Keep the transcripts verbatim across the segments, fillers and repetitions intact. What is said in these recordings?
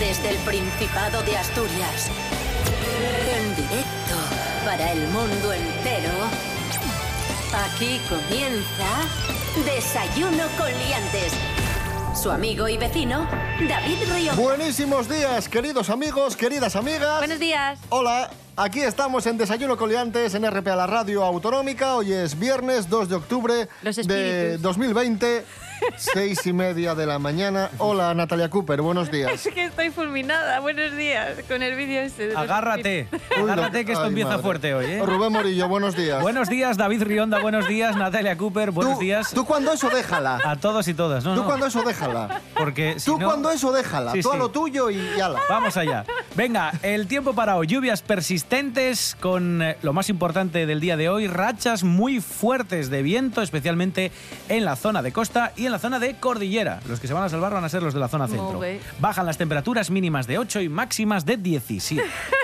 Desde el Principado de Asturias, en directo para el mundo entero, aquí comienza Desayuno con Liantes. Su amigo y vecino, David Rionda. Buenísimos días, queridos amigos, queridas amigas. Buenos días. Hola, aquí estamos en Desayuno con Liantes en R P A, la radio autonómica. Hoy es viernes dos de octubre de dos mil veinte. Seis y media de la mañana. Hola, Natalia Cooper, buenos días. Es que estoy fulminada. Buenos días. Con el vídeo este. De Agárrate, agárrate que esto Ay, empieza madre. fuerte hoy, ¿eh? Rubén Morillo, buenos días. Buenos días, David Rionda, buenos días, Natalia Cooper, buenos tú, días. Tú cuando eso déjala. A todos y todas, ¿no? Tú no. cuando eso déjala. Porque si Tú no... cuando eso déjala. Sí, tú sí. a lo tuyo y, y ala. Vamos allá. Venga, el tiempo para hoy. Lluvias persistentes con eh, lo más importante del día de hoy, rachas muy fuertes de viento, especialmente en la zona de costa y en la zona de cordillera. Los que se van a salvar van a ser los de la zona centro. Muy bien. Bajan las temperaturas mínimas de ocho y máximas de diecisiete.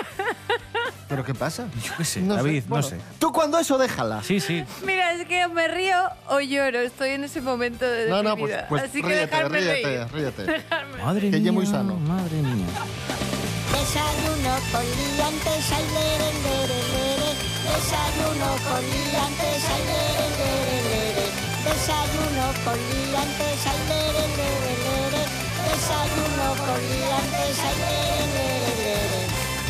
¿Pero qué pasa? Yo qué sé, No sé. David, Bueno, no sé. Tú cuando eso déjala. Sí, sí. Mira, es que me río o lloro. Estoy en ese momento de, de No, mi no, pues, vida. pues Así que ríete, dejarme ríete, reír. ríete. Dejarme. Madre Que mía, ya muy sano. madre mía. Desayuno con liantes, ay, lere, lere, lere. Desayuno con liantes, ay, lere, lere, lere. Desayuno con liantes, ay, lere, lere, lere. Desayuno con liantes, ay, lere, lere, lere.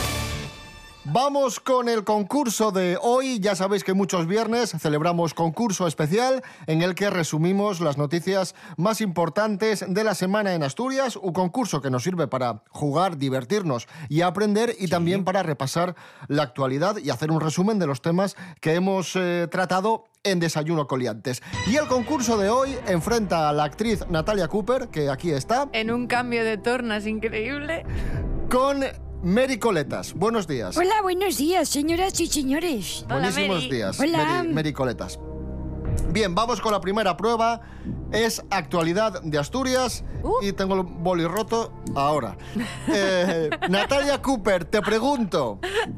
Vamos con el concurso de hoy. Ya sabéis que muchos viernes celebramos concurso especial en el que resumimos las noticias más importantes de la semana en Asturias. Un concurso que nos sirve para jugar, divertirnos y aprender, y también para repasar la actualidad y hacer un resumen de los temas que hemos eh, tratado en Desayuno con Liantes. Y el concurso de hoy enfrenta a la actriz Natalia Cooper, que aquí está, En un cambio de tornas increíble. con Mary Coletas. Buenos días. Hola, buenos días, señoras y señores. Hola, Buenísimos Mary. días, Hola. Mary, Mary Coletas. Bien, vamos con la primera prueba. Es actualidad de Asturias. Uh. Y tengo el boli roto ahora. Eh, Natalia Cooper, te pregunto.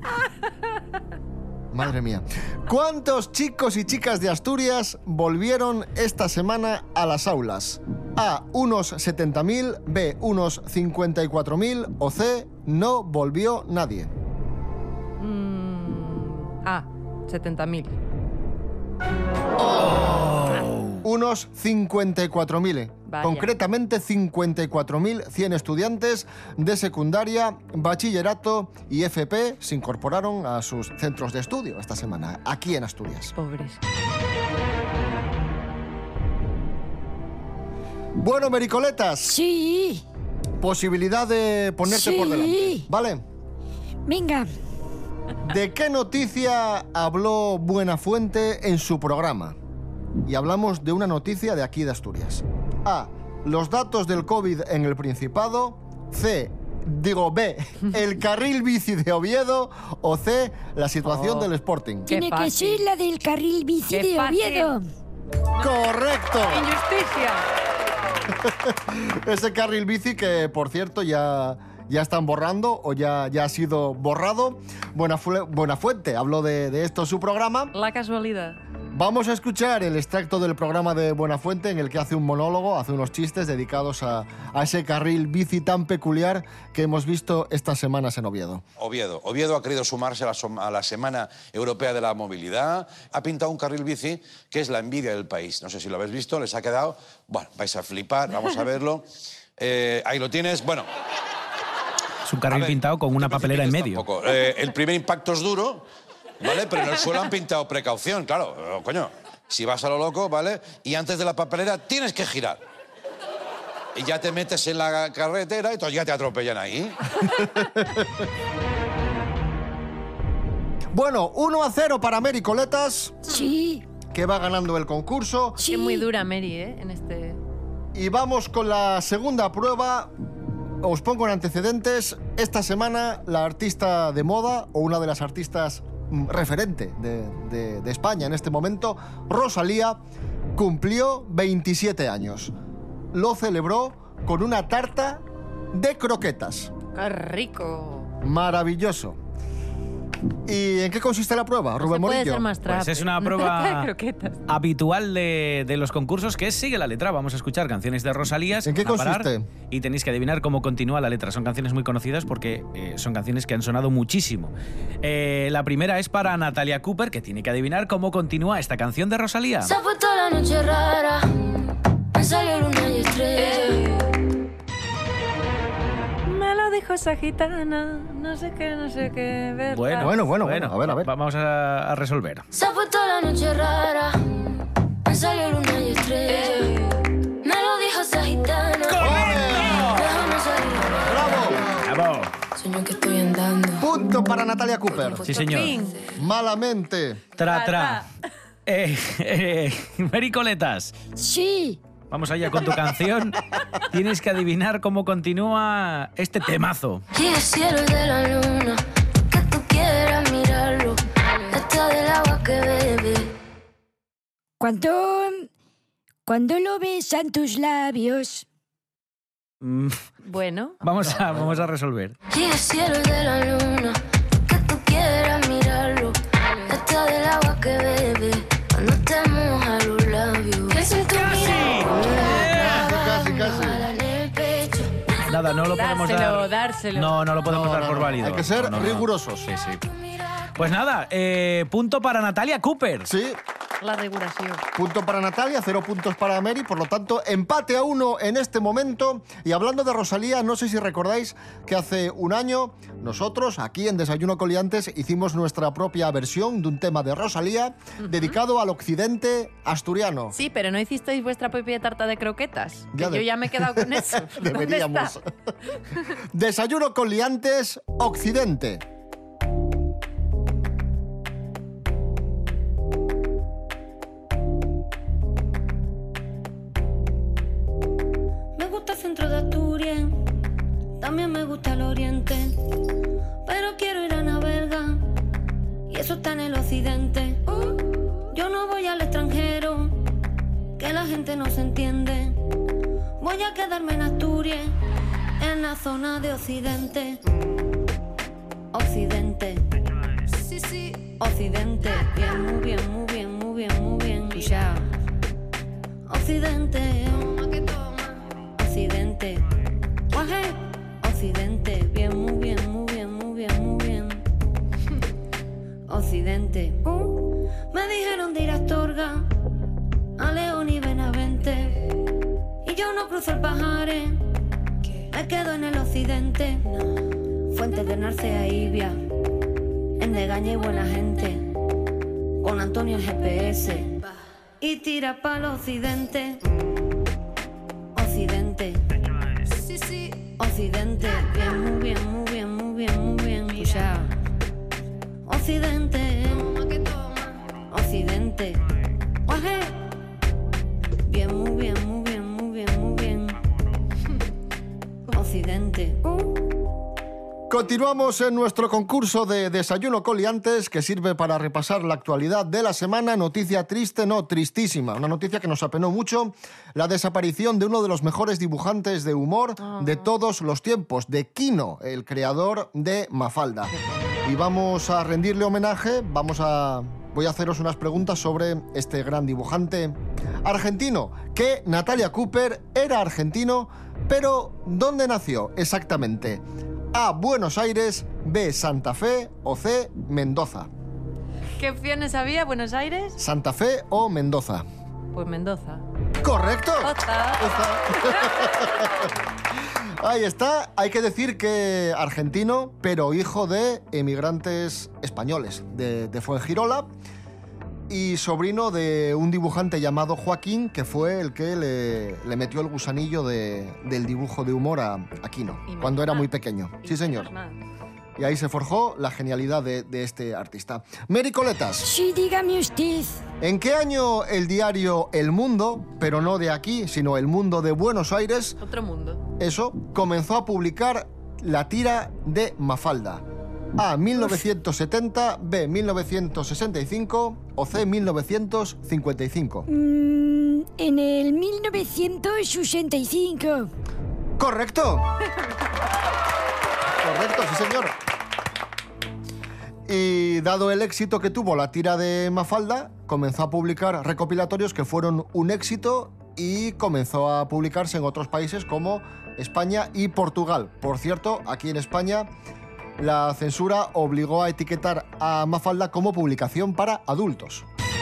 Madre mía. ¿Cuántos chicos y chicas de Asturias volvieron esta semana a las aulas? A, unos setenta mil, B, unos cincuenta y cuatro mil o C, no volvió nadie. Mm, ah, setenta mil. Unos cincuenta y cuatro mil, Vaya. concretamente cincuenta y cuatro mil cien estudiantes de secundaria, bachillerato y F P se incorporaron a sus centros de estudio esta semana, aquí en Asturias. Pobres. Bueno, Mericoletas, Sí, posibilidad de ponerte Sí. por delante, ¿vale? venga. ¿De qué noticia habló Buenafuente en su programa? Y hablamos de una noticia de aquí de Asturias. A, los datos del COVID en el Principado. C, digo B, el carril bici de Oviedo. O C, la situación Oh. del Sporting. Qué Tiene que fácil. ser la del carril bici Qué de fácil. Oviedo. ¡Correcto! ¡Injusticia! Ese carril bici que, por cierto, ya, ya están borrando o ya, ya ha sido borrado. Buenafu- Buenafuente habló de, de esto en su programa. La casualidad. Vamos a escuchar el extracto del programa de Buenafuente en el que hace un monólogo, hace unos chistes dedicados a, a ese carril bici tan peculiar que hemos visto estas semanas en Oviedo. Oviedo. Oviedo ha querido sumarse a la, som- a la Semana Europea de la Movilidad. Ha pintado un carril bici que es la envidia del país. No sé si lo habéis visto, les ha quedado... Bueno, vais a flipar, vamos a verlo. Eh, ahí lo tienes. Bueno... Es un carril a ver, pintado con una no te papelera en precipites medio. tampoco. Eh, el primer impacto es duro, ¿vale? Pero en el suelo han pintado precaución, claro. eh, Coño, si vas a lo loco, ¿vale? Y antes de la papelera tienes que girar. Y ya te metes en la carretera y entonces ya te atropellan ahí. Bueno, uno a cero para Mary Coletas, Sí, que va ganando el concurso. sí. Es muy dura Mary, ¿eh? En este... Y vamos con la segunda prueba. Os pongo en antecedentes. Esta semana la artista de moda, o una de las artistas mm, referente de, de- de España en este momento, Rosalía, cumplió veintisiete años. Lo celebró con una tarta de croquetas. ¡Qué rico! Maravilloso. ¿Y en qué consiste la prueba, Rubén Puede Morillo? ser más trap. Pues es una De prueba croquetas. habitual de, de los concursos, que es Sigue la letra. Vamos a escuchar canciones de Rosalía. ¿En qué a parar, consiste? Y tenéis que adivinar cómo continúa la letra. Son canciones muy conocidas porque eh, son canciones que han sonado muchísimo. Eh, la primera es para Natalia Cooper, que tiene que adivinar cómo continúa esta canción de Rosalía. Se ha puesto la noche rara, me salió luna y estrella. Me lo dijo esa gitana, no sé qué, no sé qué, ¿verdad? Bueno, Bueno, bueno, bueno, a ver, a ver. va- Vamos a, a resolver. Se ha puesto la noche rara, me salió luna y estrella. Me lo dijo esa gitana. Déjame salir. ¡Bravo! ¡Bravo! Sueño que estoy andando. Punto para Natalia Cooper. Sí, señor. Fin. Malamente. Tra, tra. Eh, eh, Mericoletas, Sí. vamos allá con tu canción. Tienes que adivinar cómo continúa este temazo. Y el cielo de la luna, que tú quieras mirarlo. Está del agua que bebe. Cuando, cuando lo besan tus labios. Mm, Bueno, Vamos a, vamos a resolver. Y el cielo de la luna, que tú quieras mirarlo. Está del agua que bebe, cuando te moja los labios. Que sin tu mirada, Casi, casi, casi. mala en el pecho. Nada, no lo podemos dárselo, dar. dárselo. No, no lo podemos No, dar no, por no. válido. Hay que ser No, no, no. rigurosos. Sí, sí. Pues nada, eh, punto para Natalia Cooper. Sí, La regulación. punto para Natalia, cero puntos para Mary, por lo tanto, empate a uno en este momento. Y hablando de Rosalía, no sé si recordáis que hace un año nosotros, aquí en Desayuno Coliantes, hicimos nuestra propia versión de un tema de Rosalía dedicado al occidente asturiano. Sí, pero no hicisteis vuestra propia tarta de croquetas. Ya Que de- yo ya me he quedado con eso. ¿Dónde Deberíamos. está? Desayuno Coliantes, occidente. Me gusta el centro de Asturias, también me gusta el oriente, pero quiero ir a Navelga, y eso está en el occidente. Yo no voy al extranjero, que la gente no se entiende. Voy a quedarme en Asturias, en la zona de occidente. Occidente. Sí, sí. Occidente. Bien, muy bien, muy bien, muy bien, muy bien. Ya. Occidente. Occidente. Guaje. Occidente. Bien, muy bien, muy bien, muy bien, muy bien. Occidente. Uh, me dijeron de ir a Astorga, a León y Benavente. Y yo no cruzo el Pajares, me quedo en el occidente. Fuentes de Narcea y Ibia, en Degaña y Buena Gente, con Antonio el G P S, y tira para el occidente. Occidente. Sí, sí. Occidente. Bien, muy bien, muy bien, muy bien, muy bien. Escucha. Occidente. Occidente. Guaje. Bien, muy bien, muy bien, muy bien, muy bien. Occidente. Uh. Continuamos en nuestro concurso de Desayuno Coliantes, que sirve para repasar la actualidad de la semana. Noticia triste, no, tristísima. Una noticia que nos apenó mucho. La desaparición de uno de los mejores dibujantes de humor de todos los tiempos, de Quino, el creador de Mafalda. Y vamos a rendirle homenaje, vamos a... Voy a haceros unas preguntas sobre este gran dibujante argentino, que Natalia Cooper era argentino, pero ¿dónde nació exactamente? A, Buenos Aires, B, Santa Fe o C, Mendoza. ¿Qué opciones había? ¿Buenos Aires? ¿Santa Fe o Mendoza? Pues Mendoza. ¡Correcto! Ota. Está. Ahí está. Hay que decir que argentino, pero hijo de emigrantes españoles de, de Fuengirola y sobrino de un dibujante llamado Joaquín, que fue el que le, le metió el gusanillo de, del dibujo de humor a, a Quino, Y cuando era más. muy pequeño. Y Sí, señor. más. Y ahí se forjó la genialidad de, de este artista. Mary Coletas. Sí, dígame usted. ¿En qué año el diario El Mundo, pero no de aquí, sino El Mundo de Buenos Aires, Otro mundo. eso, comenzó a publicar la tira de Mafalda? A, mil novecientos setenta, B, mil novecientos sesenta y cinco o C, mil novecientos cincuenta y cinco. Mm, en el mil novecientos sesenta y cinco. ¡Correcto! Correcto, sí, señor. Y dado el éxito que tuvo la tira de Mafalda, comenzó a publicar recopilatorios que fueron un éxito y comenzó a publicarse en otros países como España y Portugal. Por cierto, aquí en España la censura obligó a etiquetar a Mafalda como publicación para adultos.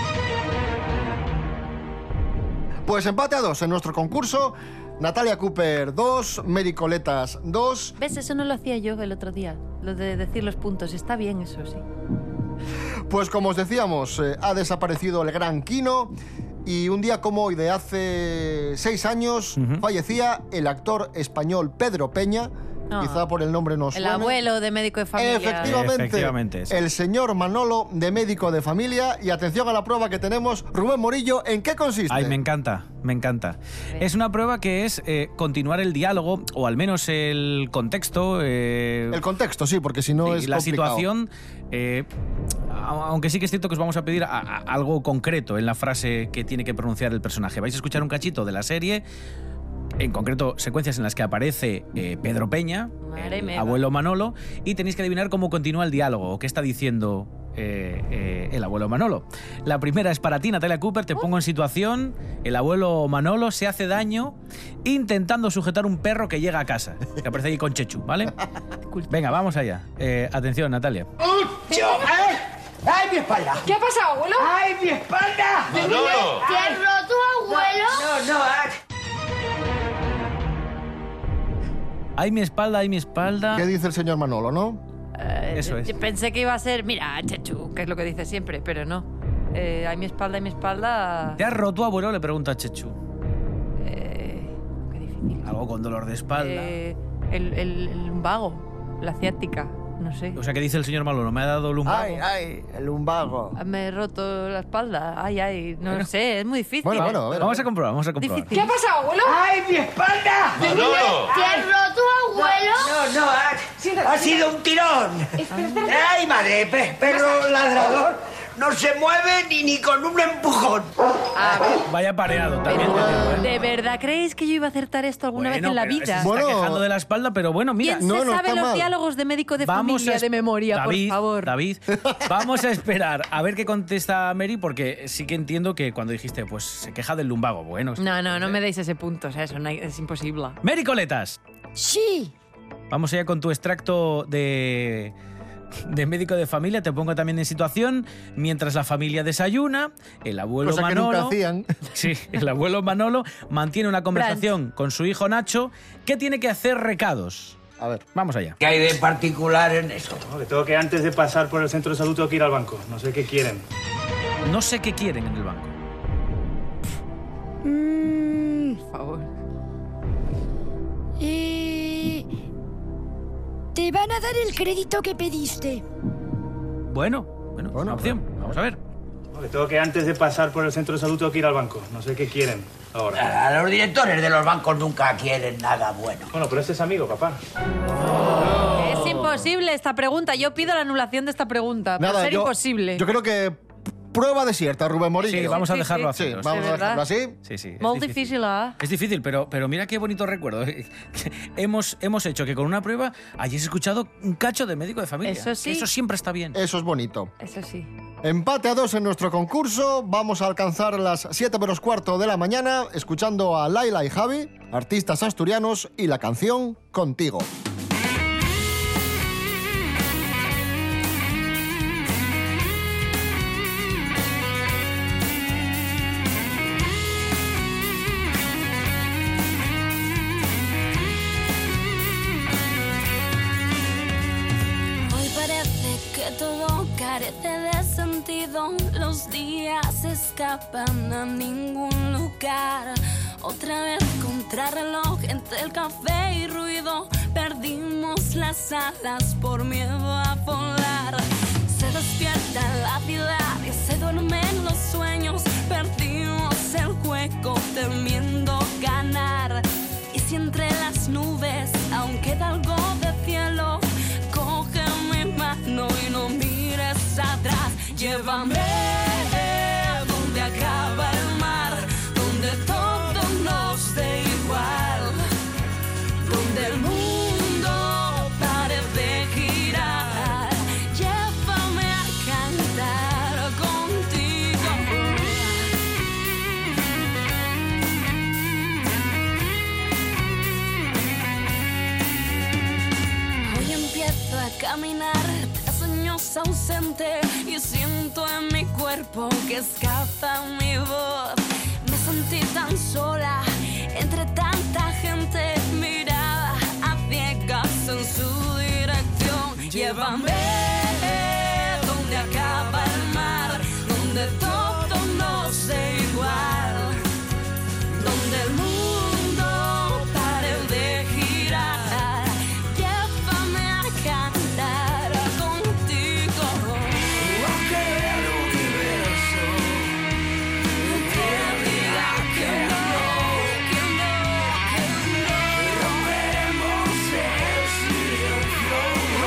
Pues empate a dos en nuestro concurso. Natalia Cooper dos, Mary Coletas dos. ¿Ves? Eso no lo hacía yo el otro día. Lo de decir los puntos. Está bien, eso sí. Pues como os decíamos, eh, ha desaparecido el gran Quino y un día como hoy de hace seis años uh-huh. fallecía el actor español Pedro Peña. Oh. Quizá por el nombre nos El suene. abuelo de Médico de Familia. Efectivamente, Efectivamente sí. El señor Manolo de Médico de Familia. Y atención a la prueba que tenemos. Rubén Morillo, ¿en qué consiste? Ay, me encanta, me encanta. Sí. Es una prueba que es eh, continuar el diálogo, o al menos el contexto. Eh, el contexto, sí, porque si no sí, es la complicado. situación, eh, aunque sí que es cierto que os vamos a pedir a, a, algo concreto en la frase que tiene que pronunciar el personaje. Vais a escuchar un cachito de la serie. En concreto, secuencias en las que aparece eh, Pedro Peña, Madre el meva. abuelo Manolo, y tenéis que adivinar cómo continúa el diálogo o qué está diciendo eh, eh, el abuelo Manolo. La primera es para ti, Natalia Cooper. Te pongo en situación. El abuelo Manolo se hace daño intentando sujetar un perro que llega a casa, que aparece ahí con Chechu, ¿vale? Venga, vamos allá. Eh, atención, Natalia. ¡Ucho! ¡Ay! ¡Ay, mi espalda! ¿Qué ha pasado, abuelo? ¡Ay, mi espalda! Manolo. ¿Te has roto, abuelo? No, no, ay. Ay, mi espalda, ay, mi espalda. ¿Qué dice el señor Manolo, no? Eh, Eso es. Pensé que iba a ser, mira, Chechu, que es lo que dice siempre, pero no. Eh, ay, mi espalda, ay, mi espalda... ¿Te has roto, abuelo? Le pregunta a Chechu. Eh, qué difícil. Algo con dolor de espalda. Eh, el, el, el lumbago, la ciática, no sé. O sea, ¿qué dice el señor Manolo? ¿Me ha dado lumbago? Ay, ay, el lumbago. Me he roto la espalda, ay, ay, no Bueno. sé, es muy difícil. Bueno, bueno, a ver. Vamos a comprobar, vamos a comprobar. Difícil. ¿Qué ha pasado, abuelo? ¡Ay, mi espalda! Manolo. ¿Te has roto, abuelo? No, no, ha, ha sido un tirón. ¡Ay, madre! Pe- perro ladrador. No se mueve ni, ni con un empujón. A ver, Vaya pareado también. pero, te digo, ¿eh? ¿de verdad creéis que yo iba a acertar esto alguna Bueno, vez en la pero vida? Se está Bueno. quejando de la espalda, pero bueno, mira. ¿Quién no, se no sabe está los mal. diálogos de Médico de Vamos Familia a es- de memoria, David, por favor? David, vamos a esperar a ver qué contesta Mary, porque sí que entiendo que cuando dijiste, pues se queja del lumbago. Bueno, No, no, no me deis ese punto, o sea, eso no hay- es imposible. Mary Coletas, Sí. vamos allá con tu extracto de, de Médico de Familia. Te pongo también en situación. Mientras la familia desayuna, el abuelo Cosa que Manolo... nunca hacían. Sí, el abuelo Manolo mantiene una conversación con su hijo Nacho, que tiene que hacer recados. A ver. Vamos allá. ¿Qué hay de particular en eso? No, que tengo que antes de pasar por el centro de salud tengo que ir al banco. No sé qué quieren. No sé qué quieren en el banco. Mm, Por favor. eh, te van a dar el crédito que pediste. Bueno, bueno, es una opción. Vamos a ver. No, que tengo que antes de pasar por el centro de salud tengo que ir al banco. No sé qué quieren ahora. A los directores de los bancos nunca quieren nada bueno. Bueno, pero este es amigo, papá. Es imposible esta pregunta. Yo pido la anulación de esta pregunta. Nada, por ser yo, imposible. Yo creo que prueba desierta, Rubén Morillo. Sí, vamos a sí, dejarlo sí. así. Sí, o sea, vamos ¿De a dejarlo verdad? así. Sí, sí. es Muy difícil, ¿ah? Es difícil, pero, pero mira qué bonito recuerdo. hemos, hemos hecho que con una prueba hayáis escuchado un cacho de Médico de Familia. Eso sí. Que eso siempre está bien. Eso es bonito. Eso sí. Empate a dos en nuestro concurso. Vamos a alcanzar las siete menos cuarto de la mañana escuchando a Laila y Javi, artistas asturianos, y la canción Contigo. Hoy parece que todo carece de sentido. Los días se escapan a ningún lugar. Otra vez contrarreloj entre el café y ruido. Perdimos las alas por miedo a volar. Se despierta la ciudad y se duermen los sueños. Perdimos el hueco temiendo ganar. Y si entre las nubes aún queda algo de cielo, coge mi mano y no mires atrás. Llévame donde acaba el mar, donde todo nos dé igual, donde el mundo pare de girar. Llévame caminar tras años ausente y siento en mi cuerpo que escapa mi voz. Me sentí tan sola entre tanta gente, miraba a ciegas en su dirección. Llévame donde acaba el mar, donde todo no sé igual, donde el mundo pare de girar. Llévame a cantar contigo. Aunque el universo te diga que no, que no, que no, romperemos el silencio.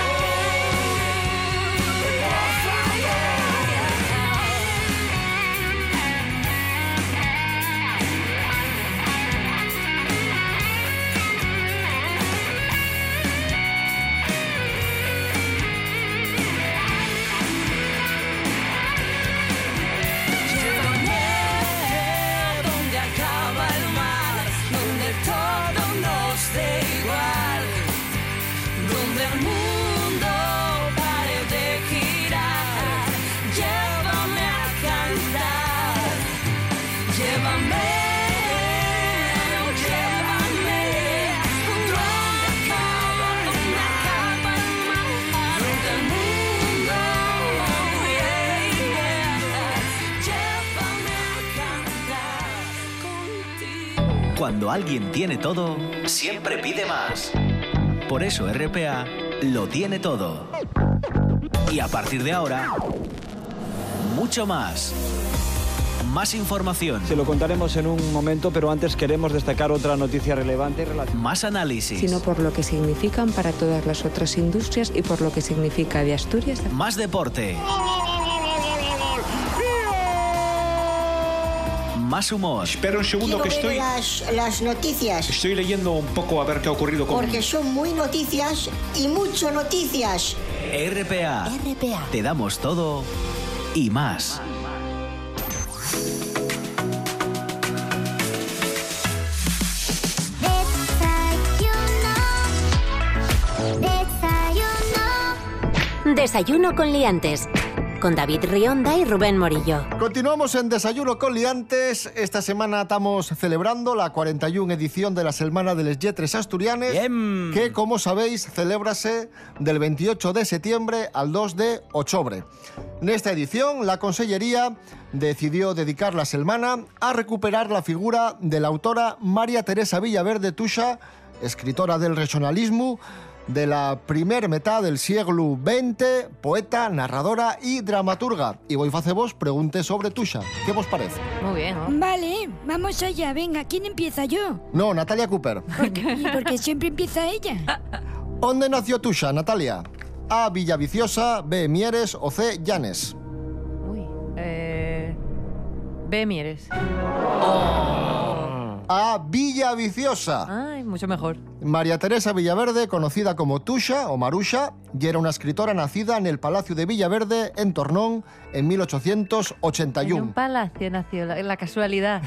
Donde acaba el mar, donde todo nos dé igual, donde el mundo pare de girar. Llévame a cantar, llévame, llévame, donde acaba, donde acaba el mar, donde el mundo, yeah, yeah. Llévame a cantar contigo. Cuando alguien tiene todo, siempre pide más. Por eso R P A lo tiene todo. Y a partir de ahora, mucho más. Más información. Se lo contaremos en un momento, pero antes queremos destacar otra noticia relevante. Más análisis. Sino por lo que significan para todas las otras industrias y por lo que significa de Asturias. Más deporte. Más humor. Espera un segundo que Quiero ver estoy... las, las noticias, Estoy leyendo un poco a ver qué ha ocurrido con... porque son muy noticias y mucho noticias. R P A. R P A. Te damos todo y más. Desayuno con liantes, con David Rionda y Rubén Morillo. Continuamos en Desayuno con liantes. Esta semana estamos celebrando la cuarenta y una edición de la Semana de les Lletres Asturianes, Bien. que, como sabéis, celébrase del veintiocho de septiembre al dos de octubre. En esta edición, la Consellería decidió dedicar la semana a recuperar la figura de la autora María Teresa Villaverde Tuxa, escritora del regionalismo de la primer mitad del siglo veinte, poeta, narradora y dramaturga. Y voy a hacer vos pregunte sobre Tuxa. ¿Qué vos parece? Muy bien, ¿no? Vale, vamos allá. Venga, ¿quién empieza, yo? No, Natalia Cooper. ¿Y por qué siempre empieza ella? ¿Dónde nació Tuxa, Natalia? A, Villaviciosa, B, Mieres o C, Llanes. Uy, eh... B, Mieres. A, Villaviciosa. Ay, mucho mejor. María Teresa Villaverde, conocida como Tuxa o Maruxa, y era una escritora nacida en el Palacio de Villaverde, en Tornón, en mil ochocientos ochenta y uno. En un palacio nació, la, la casualidad.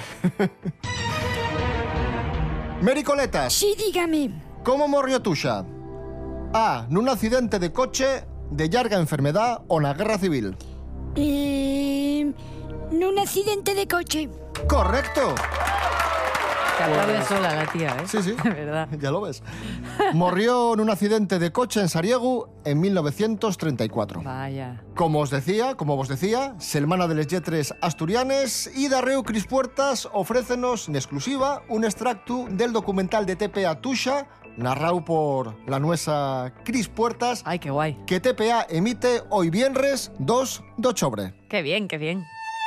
Mericoletas. Sí, dígame. ¿Cómo murió Tuxa? A, en un accidente de coche, de larga enfermedad o en la guerra civil. Eh, en un accidente de coche. ¡Correcto! Se aplaude sola la tía, ¿eh? Sí, sí. De verdad. Ya lo ves. Murió en un accidente de coche en Sariegu en mil novecientos treinta y cuatro. Vaya. Como os decía, como vos decía, Semana de les Lletres Asturianes y Darreu Cris Puertas ofrécenos en exclusiva un extracto del documental de T P A Tuxa, narrado por la nuesa Cris Puertas. Ay, qué guay. Que T P A emite hoy viernes dos de octubre. Qué bien, qué bien.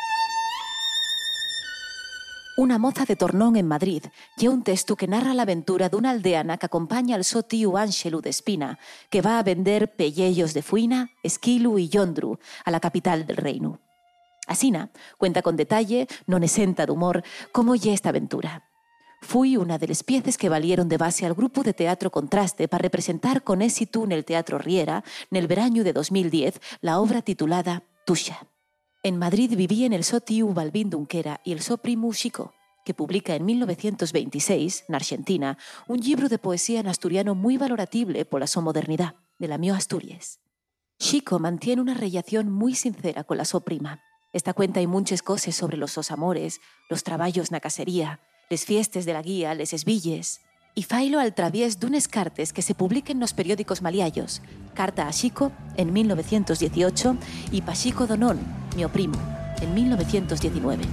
Una moza de Tornón en Madrid lle un texto que narra la aventura d'una aldeana que acompaña al so tío Ángelu de Espina, que va a vender pellellos de fuina, esquilu y yondru a la capital del reino. Asina cuenta con detalle, non esenta d'humor, cómo lle esta aventura. Fui una de les pieces que valieron de base al grupo de teatro Contraste para representar con éxito en el Teatro Riera, nel veraño de dos mil diez, la obra titulada Tuxa. En Madrid vivía en el so tío Balbín Dunquera y el so primo Xico, que publica en mil novecientos veintiséis, en Argentina, un libro de poesía en asturiano muy valoratible pola so modernidad. de la mio Astúries. Xico mantiene una relación muy sincera con la so prima. Esta cuenta hay muchas cosas sobre los sos amores, los traballos na casería, les fiestes de la guía, les esvilles. Y failo al traviés d'unes cartes que se publiquen nos periódicos maliallos. Carta a Xico en mil novecientos dieciocho y pa Xico Donón, mio primo, en mil novecientos diecinueve.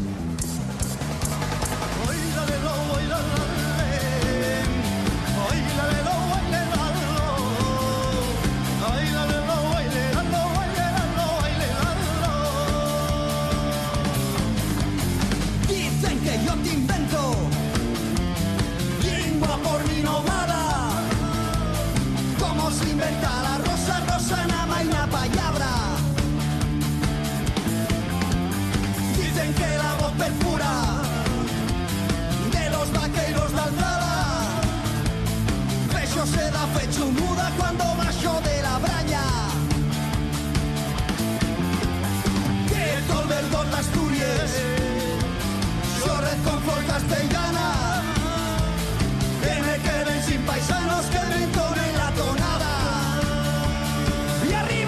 Dicen que yo te invento lingua por mi nomada, como se inventa la rosa, rosa, nama y na palabra. Dicen que la voz perfura de los vaqueros de alzada, pecho se da fecho muda cuando bajo de la braña. Que todo el verdor de Asturias, Xorez con flor castellana, que me queden sin paisanos que me entonen la tonada. ¡Y arriba!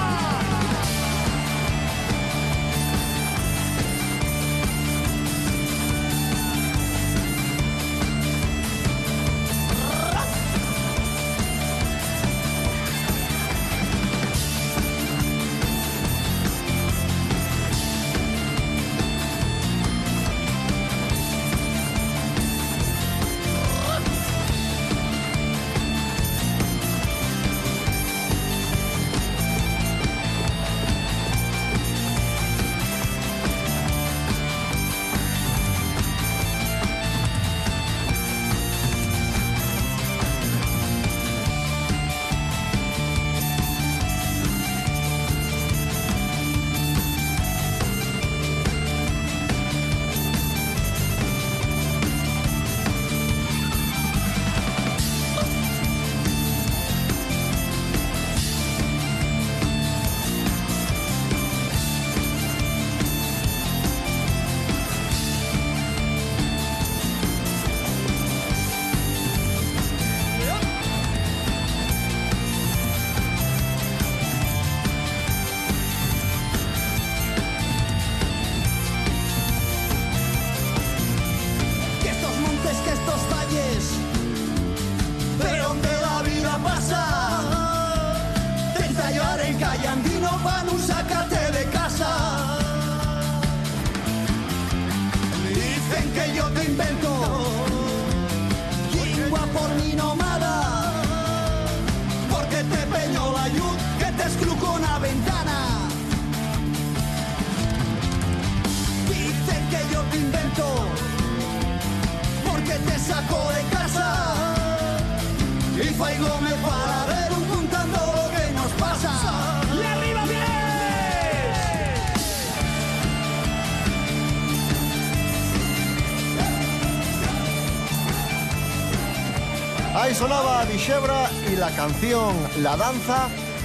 Ahí sonaba Dixebra y la canción La Danza.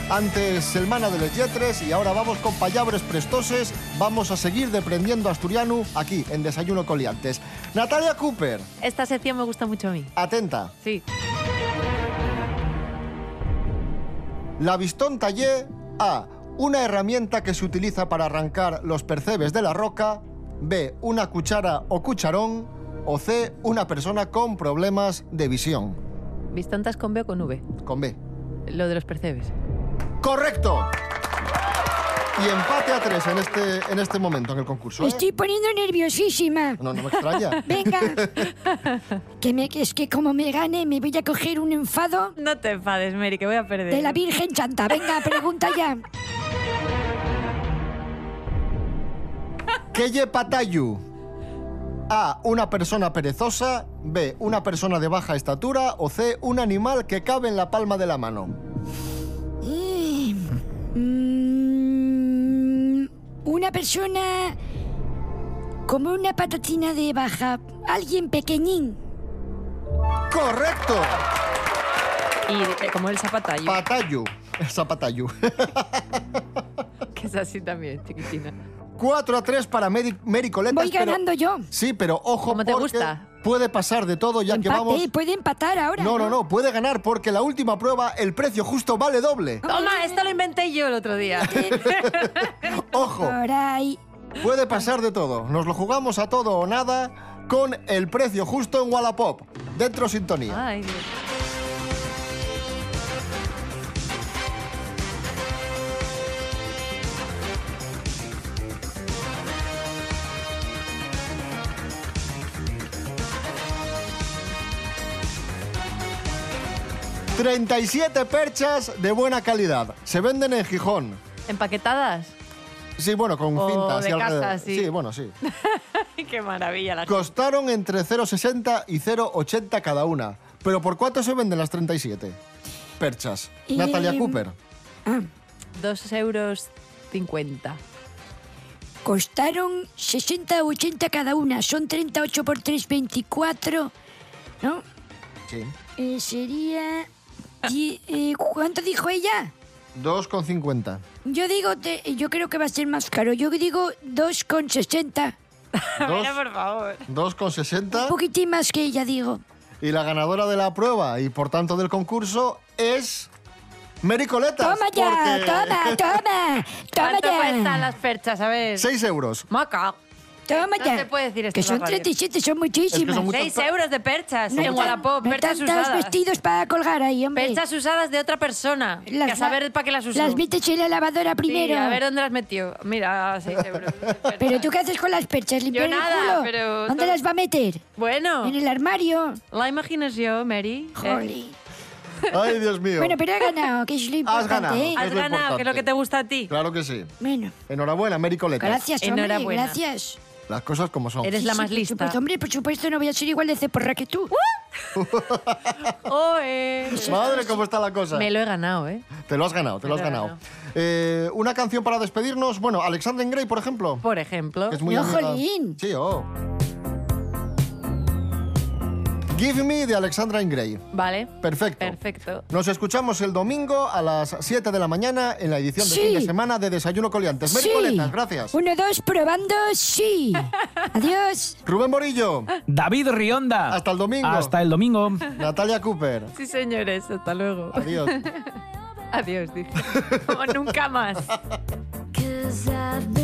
Antes el Mana de les Lletres y ahora vamos con pallabres prestoses. Vamos a seguir deprendiendo asturiano aquí en Desayuno con Liantes. Natalia Cooper. Esta sección me gusta mucho a mí. Atenta. Sí. La Bistón Tallé. A. Una herramienta que se utiliza para arrancar los percebes de la roca. B. Una cuchara o cucharón. O C. Una persona con problemas de visión. ¿Bistontas con B o con V? Con B. Lo de los percebes. ¡Correcto! Y empate a tres en este, en este momento en el concurso. Me ¿eh? estoy poniendo nerviosísima. No, no me extraña. Venga. que, me, que es que como me gane me voy a coger un enfado. No te enfades, Mary, que voy a perder. De la Virgen Chanta. Venga, pregunta ya. ¿Qué lle patayu? A. Una persona perezosa. B. Una persona de baja estatura. O C. Un animal que cabe en la palma de la mano. Eh, mm, una persona como una patatina de baja. Alguien pequeñín. ¡Correcto! Y eh, como el zapatayu. Patayu. El zapatayu. Que es así también, chiquitina. cuatro a tres para Mary, Mary Coletas. Voy ganando pero, yo. Sí, pero ojo ¿Cómo te porque, gusta? puede pasar de todo ya Empate, que vamos... puede empatar ahora. No, no, no, puede ganar porque la última prueba, el precio justo vale doble. Toma, esto lo inventé yo el otro día. ¡Ojo! Por ahí. Puede pasar de todo. Nos lo jugamos a todo o nada con el precio justo en Wallapop. Dentro sintonía. Ay, Dios. treinta y siete perchas de buena calidad. Se venden en Gijón. ¿Empaquetadas? Sí, bueno, con O cintas. de y alrededor. casa, sí. Sí, bueno, sí. Qué maravilla la Costaron entre cero coma sesenta y cero coma ochenta cada una. ¿Pero por cuánto se venden las treinta y siete perchas? Eh, Natalia Cooper. Dos euros cincuenta. Costaron sesenta o ochenta cada una. Son treinta y ocho por tres, veinticuatro. ¿No? Sí. Eh, sería... die- eh, ¿Cuánto dijo ella? dos con cincuenta. Yo digo, te- yo creo que va a ser más caro. Yo digo dos con sesenta. Dos, por favor. dos con sesenta. Un poquitín más que ella, digo. Y la ganadora de la prueba y por tanto del concurso es... Mary Coletas. Toma ya, porque- toma, toma, toma ¿Cuánto ya. cuestan las perchas? A ver. seis euros. Maca. Toma No ya. se puede decir esto Que en la son radio. treinta y siete, son muchísimas. son muchas Seis euros de perchas No hay en tan- Wallapop. no hay Perchas tantos usadas. vestidos para colgar ahí, hombre. Perchas usadas de otra persona. Las que a saber para qué las usó. Las metes en la lavadora primero. Sí, a ver dónde las metió. Mira, seis euros. Pero tú qué haces con las perchas, limpiar el nada, culo. pero ¿Dónde todo- las va a meter? Bueno. En el armario. La imaginación, Mary. Jolly. Ay, Dios mío. Bueno, pero he ganado, que es lo importante. ganado. ¿eh? Has es lo ganado, que es lo importante. que te gusta a ti. Claro que sí. Bueno, Enhorabuena, Mary Coletas. gracias, hombre, Enhorabuena. gracias. Las cosas como son. Eres la Sí, más sí, por lista. supuesto, hombre, por supuesto, no voy a ser igual de ceporra que tú. Oe. Madre, cómo está la cosa. Me lo he ganado, ¿eh? Te lo has ganado, te Me lo has lo he ganado. ganado. Eh, una canción para despedirnos. Bueno, Alexandra Grey, por ejemplo. Por ejemplo. Que es muy No, amiga- jolín. Sí, oh. Give Me de Alexandra Grey. Vale. Perfecto. Perfecto. Nos escuchamos el domingo a las siete de la mañana en la edición de Sí. fin de semana de Desayuno Coliantes. Mary Sí. Coletas, gracias. Uno, dos, probando, sí. Adiós. Rubén Morillo. David Rionda. Hasta el domingo. Hasta el domingo. Natalia Cooper. Sí, señores. Hasta luego. Adiós. Adiós, dije. Como nunca más. 'Cause I've been